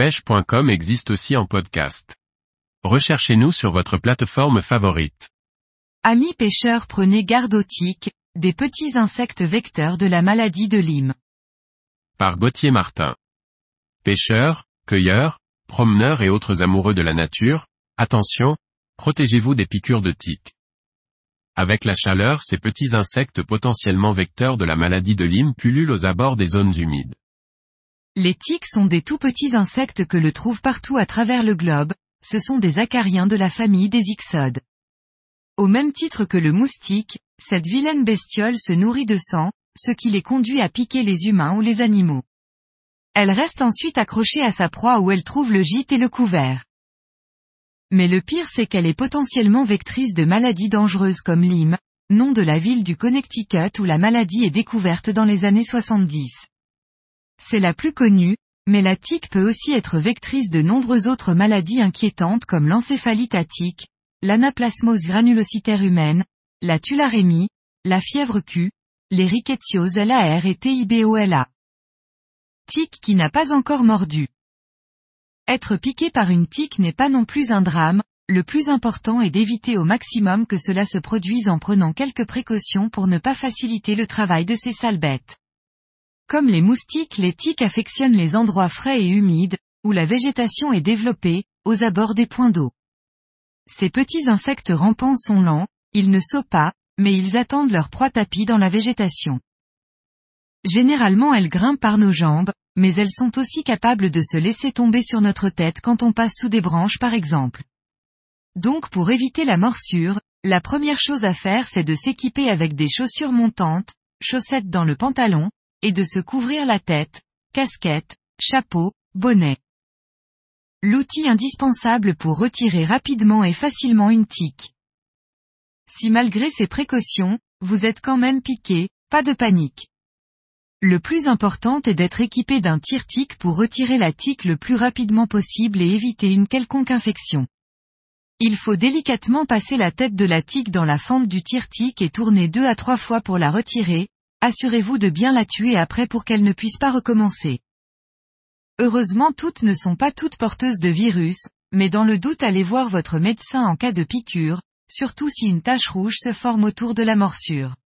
pêche.com existe aussi en podcast. Recherchez-nous sur votre plateforme favorite. Amis pêcheurs, prenez garde aux tiques, des petits insectes vecteurs de la maladie de Lyme. Par Gauthier Martin. Pêcheurs, cueilleurs, promeneurs et autres amoureux de la nature, attention, protégez-vous des piqûres de tiques. Avec la chaleur, ces petits insectes potentiellement vecteurs de la maladie de Lyme pullulent aux abords des zones humides. Les tiques sont des tout petits insectes que l'on trouve partout à travers le globe, ce sont des acariens de la famille des ixodes. Au même titre que le moustique, cette vilaine bestiole se nourrit de sang, ce qui les conduit à piquer les humains ou les animaux. Elle reste ensuite accrochée à sa proie où elle trouve le gîte et le couvert. Mais le pire c'est qu'elle est potentiellement vectrice de maladies dangereuses comme Lyme, nom de la ville du Connecticut où la maladie est découverte dans les années 70. C'est la plus connue, mais la tique peut aussi être vectrice de nombreuses autres maladies inquiétantes comme l'encéphalite à tique, l'anaplasmose granulocytaire humaine, la tularemie, la fièvre Q, les rickettsioses LAR et TIBOLA. Tique qui n'a pas encore mordu. Être piqué par une tique n'est pas non plus un drame, le plus important est d'éviter au maximum que cela se produise en prenant quelques précautions pour ne pas faciliter le travail de ces sales bêtes. Comme les moustiques, les tiques affectionnent les endroits frais et humides, où la végétation est développée, aux abords des points d'eau. Ces petits insectes rampants sont lents, ils ne sautent pas, mais ils attendent leur proie tapie dans la végétation. Généralement elles grimpent par nos jambes, mais elles sont aussi capables de se laisser tomber sur notre tête quand on passe sous des branches par exemple. Donc pour éviter la morsure, la première chose à faire c'est de s'équiper avec des chaussures montantes, chaussettes dans le pantalon, et de se couvrir la tête, casquette, chapeau, bonnet. L'outil indispensable pour retirer rapidement et facilement une tique. Si malgré ces précautions, vous êtes quand même piqué, pas de panique. Le plus important est d'être équipé d'un tire-tique pour retirer la tique le plus rapidement possible et éviter une quelconque infection. Il faut délicatement passer la tête de la tique dans la fente du tire-tique et tourner 2 à 3 fois pour la retirer. Assurez-vous de bien la tuer après pour qu'elle ne puisse pas recommencer. Heureusement toutes ne sont pas toutes porteuses de virus, mais dans le doute allez voir votre médecin en cas de piqûre, surtout si une tache rouge se forme autour de la morsure.